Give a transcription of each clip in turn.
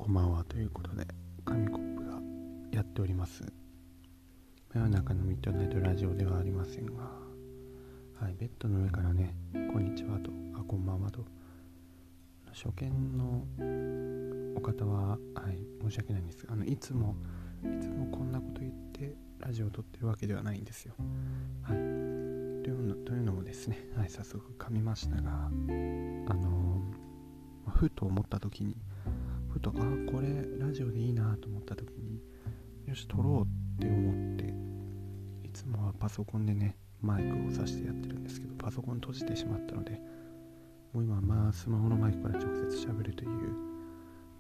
こんばんはということで、紙コップがやっております。真夜中のミッドナイトラジオではありませんが、ベッドの上からね、こんにちはと、こんばんはと、初見のお方は、申し訳ないんですが、いつもこんなこと言ってラジオを撮ってるわけではないんですよ。というのもですね、早速噛みましたが、ふと思った時に、これラジオでいいなと思った時に、よし撮ろうって思って、いつもはパソコンでねマイクを挿してやってるんですけど、パソコン閉じてしまったので、もう今スマホのマイクから直接喋るという、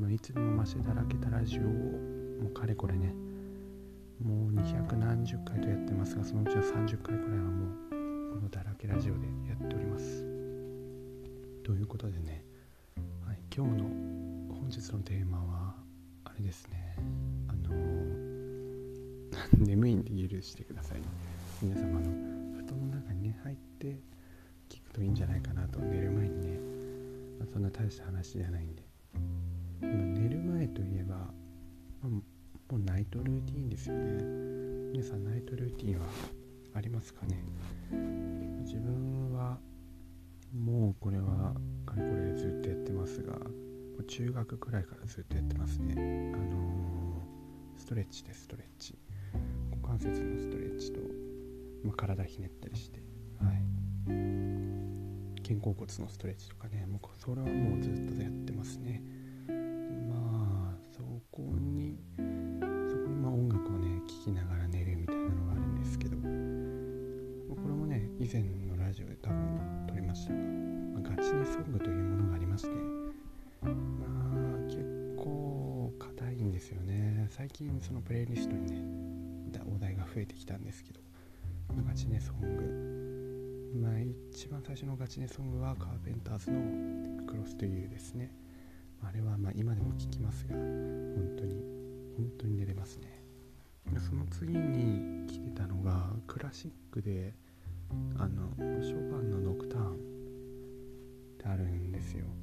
いつにも増してだらけたラジオをもうかれこれね、もう200何十回とやってますが、そのうちの30回くらいはもうこのだらけラジオでやっております。ということでね、今日の本日のテーマはあれですね、眠いんで許してください。皆様布団の中にね入って聞くといいんじゃないかなと。寝る前にね、そんな大した話じゃないんで、寝る前といえば、もうナイトルーティーンですよね。皆さんナイトルーティーンはありますかね。自分はもうこれはかれこれずっとやってますが、中学くらいからずっとやってますね。ストレッチです。ストレッチ、股関節のストレッチと、体ひねったりして、肩甲骨のストレッチとかね、それはもうずっとやってますね。そこに音楽をね聴きながら寝るみたいなのがあるんですけど、これもね以前のラジオで多分撮りましたが、ガチネソングというものがありまして、結構硬いんですよね。最近そのプレイリストにねお題が増えてきたんですけど、ガチネソング、一番最初のガチネソングはカーペンターズのクロストゥユーですね。あれは今でも聴きますが、本当に寝れますね。その次に来てたのがクラシックで、ショパンのノクターンってあるんですよ。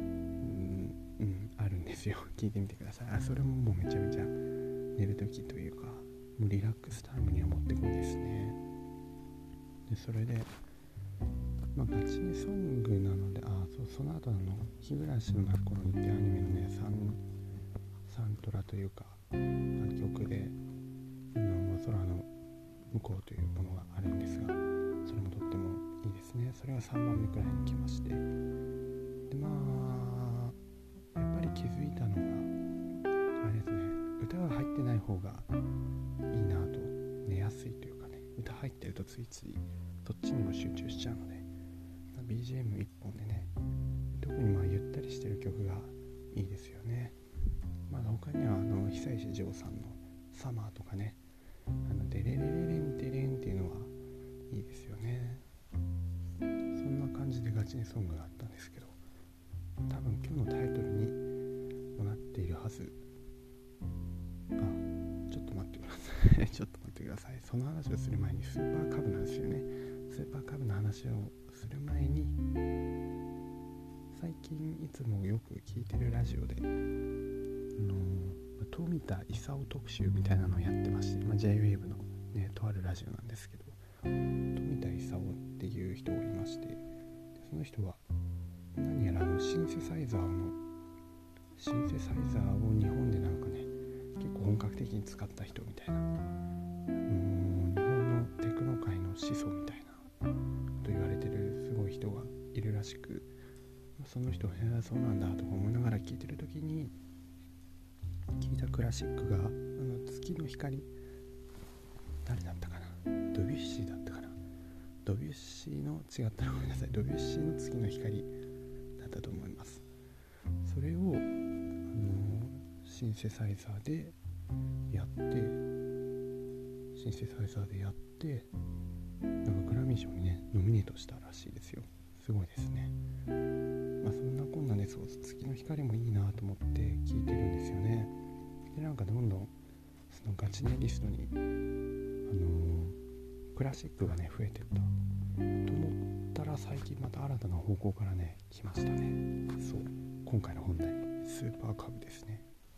あるんですよ。聞いてみてください。それももうめちゃめちゃ寝るときというか、もうリラックスタイムにはもってこいですね。でそれで、ガチネソングなので、その後日暮らしの泣く頃にってアニメのねサントラというか曲で、空の向こうというものがあるんですが、それもとってもいいですね。それが3番目くらいに来まして、でやっぱり気づいたのがあれですね、歌が入ってない方がいいなと、寝やすいというかね、歌入ってるとついついそっちにも集中しちゃうので、BGM 一本でね、特にゆったりしてる曲がいいですよね。他には久石譲さんのサマーとかね、デレレレレンデレンっていうのはいいですよね。そんな感じでガチネソングがあったんですけど、多分今日のタイトルにもなっているはず。ちょっと待ってください。その話をする前にスーパーカブなんですよね。スーパーカブの話をする前に、最近いつもよく聞いてるラジオで富田勲特集みたいなのをやってまして、J-WAVE のねとあるラジオなんですけど、富田勲っていう人がいまして、その人は何やらシンセサイザーを日本で結構本格的に使った人みたいな、日本のテクノ界の始祖みたいなと言われてるすごい人がいるらしく、その人そうなんだとか思いながら聞いてる時に聞いたクラシックが月の光、誰だったかな、ドビュッシーだったかな、ドビュッシーの違ったらごめんなさい、ドビュッシーの月の光だったと思います。それをシンセサイザーでやってグラミー賞にねノミネートしたらしいですよ。すごいですね。そんなこんなで月の光もいいなと思って聞いてるんですよね。でどんどんそのガチネリストにクラシックがね増えてったと思ったら、最近また新たな方向からね来ましたね。今回の本題スーパーカブですね。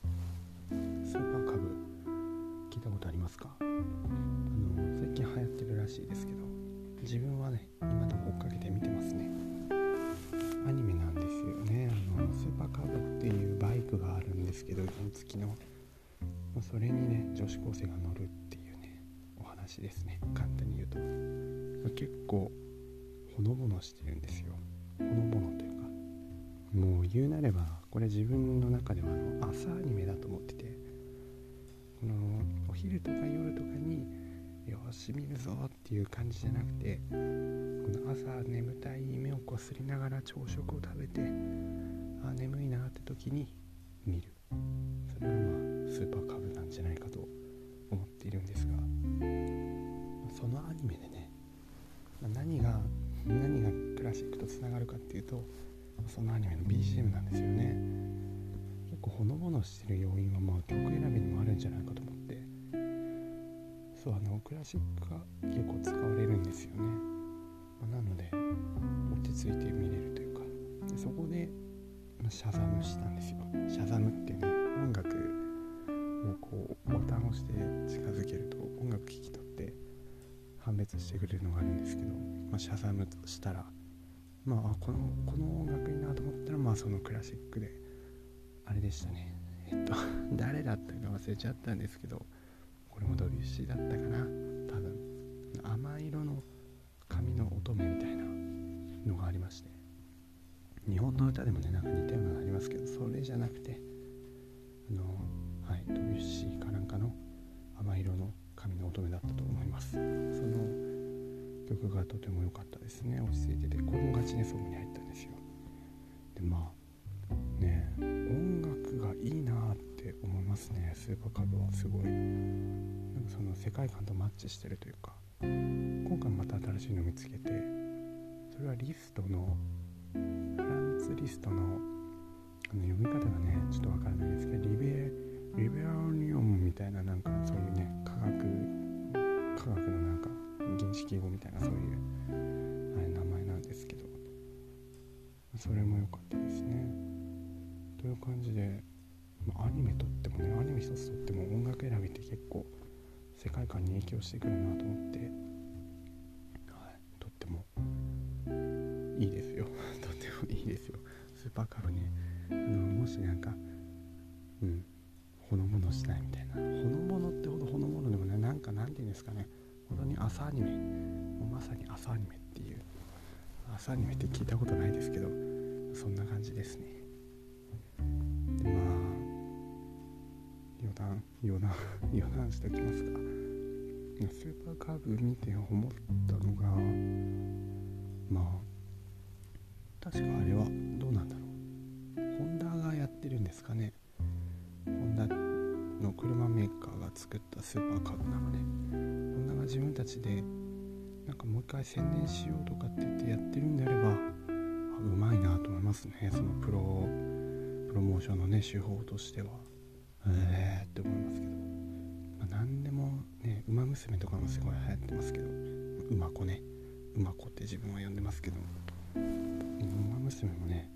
ますか？最近流行ってるらしいですけど、自分はね今でも追っかけて見てますね。アニメなんですよね。スーパーカブっていうバイクがあるんですけど、原付の、それにね女子高生が乗るっていうねお話ですね。簡単に言うと結構ほのぼのしてるんですよ。ほのぼのというか、もう言うなればこれ自分の中では朝アニメだと思ってて、このお昼とか夜とかによし見るぞっていう感じじゃなくて、この朝眠たい目をこすりながら朝食を食べて、眠いなって時に見る、それがスーパーカブなんじゃないかと思っているんですが、そのアニメでね、何がクラシックとつながるかっていうと、そのアニメの BGM なんですよね。結構ほのぼのしてる要因は曲選びにもあるんじゃないかと思って、そうクラシックが結構使われるんですよね。なので落ち着いて見れるというか、でそこでシャザムしたんですよ。シャザムってね、音楽をこうボタンを押して近づけると音楽聴き取って判別してくれるのがあるんですけど、シャザムとしたらこの音楽いいなと思ったらそのクラシックであれでしたね。誰だったか忘れちゃったんですけど、これもドビュッシーだったかな、多分。甘色の髪の乙女みたいなのがありまして、日本の歌でもねなんか似たようなのがありますけど、それじゃなくてドビュッシーかなんかの甘色の髪の乙女だったと思います。その曲がとても良かったですね。落ち着いてて、これもガチネソングに入ったんですよ。で音楽がいいなって思いますね。スーパーカブはすごいなんかその世界観とマッチしてるというか、今回また新しいの見つけて、それはリストのフランツ・リストの読み方がねちょっとわからないですけど、リベラニオンみたいな、なんかそういうね科学のなんか原子記号みたいな、そういう名前なんですけど、それも良かったですね。という感じで、アニメとってもね、アニメ一つとっても音楽選びって結構世界観に影響してくるなと思って、とってもいいですよとってもいいですよ。スーパーカブね、もしなんかほのぼのしたいみたいな、ほのぼのってほどほのぼのでもね、なんていうんですかね、本当に朝アニメ、もうまさに朝アニメっていう、朝アニメって聞いたことないですけど、そんな感じですね。で余談しておきますか。スーパーカブ見て思ったのが、確かあれはどうなんだろう、ホンダがやってるんですかね。ホンダの車メーカーが作ったスーパーカブなので、ホンダが自分たちでなんかもう一回宣伝しようとかって言ってやってるんであれば、うまいなと思いますね。そのプロモーションのね手法としてはって思いますけど、何でもね、馬娘とかもすごい流行ってますけど、馬子って自分は呼んでますけど、馬娘もね、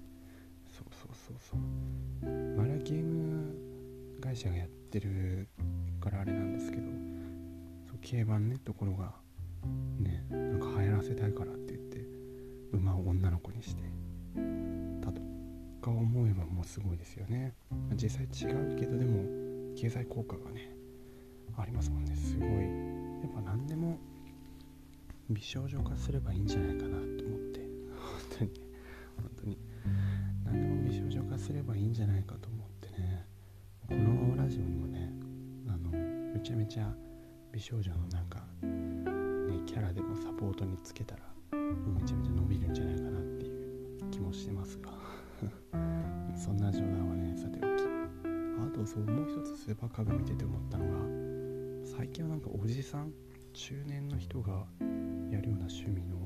そうまだゲーム会社がやってるからあれなんですけど、競馬のねところがね、なんか流行らせたいからって言って馬を女の子にしてたとか思えばもうすごいですよね。実際違うけど、でも経済効果がねありますもんね。すごいやっぱ何でも美少女化すればいいんじゃないかなと思って、本当に何でも美少女化すればいいんじゃないかと思ってね、このラジオにもねめちゃめちゃ美少女のなんかねキャラでもサポートにつけたらめちゃめちゃ伸びるんじゃないかなっていう気もしてますがそんな冗談はねさておき、あともう一つスーパーカブ見てて思ったのが、最近はなんかおじさん中年の人がやるような趣味の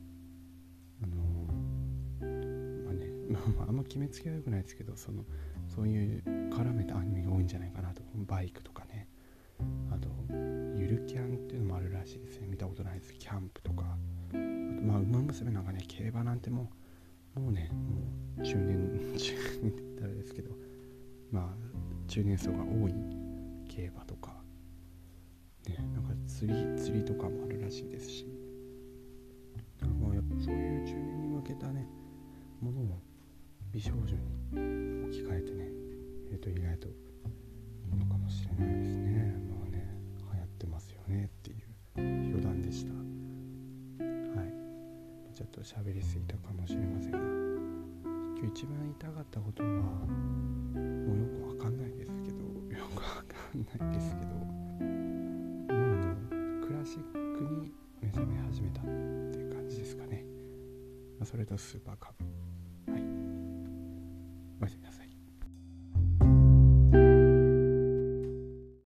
あんま決めつけは良くないですけど、そういう絡めたアニメが多いんじゃないかなと。バイクとかね、あとゆるキャンっていうのもあるらしいですね。見たことないです。キャンプとか、あと馬娘なんかね、競馬なんてもう中年って言ったらあれですけど、中年層が多い競馬とかなんか釣りとかもあるらしいですし、もうやっぱそういう中年に向けたねものを美少女に置き換えてね意外といいのかもしれないですね。まあね、流行ってますよねっていう余談でした。はい、ちょっと喋りすぎたかもしれませんが、今日一番言いたかったことはもうよくわかんないですけどクラシックに目覚め始めたっていう感じですかね。それとスーパー歌舞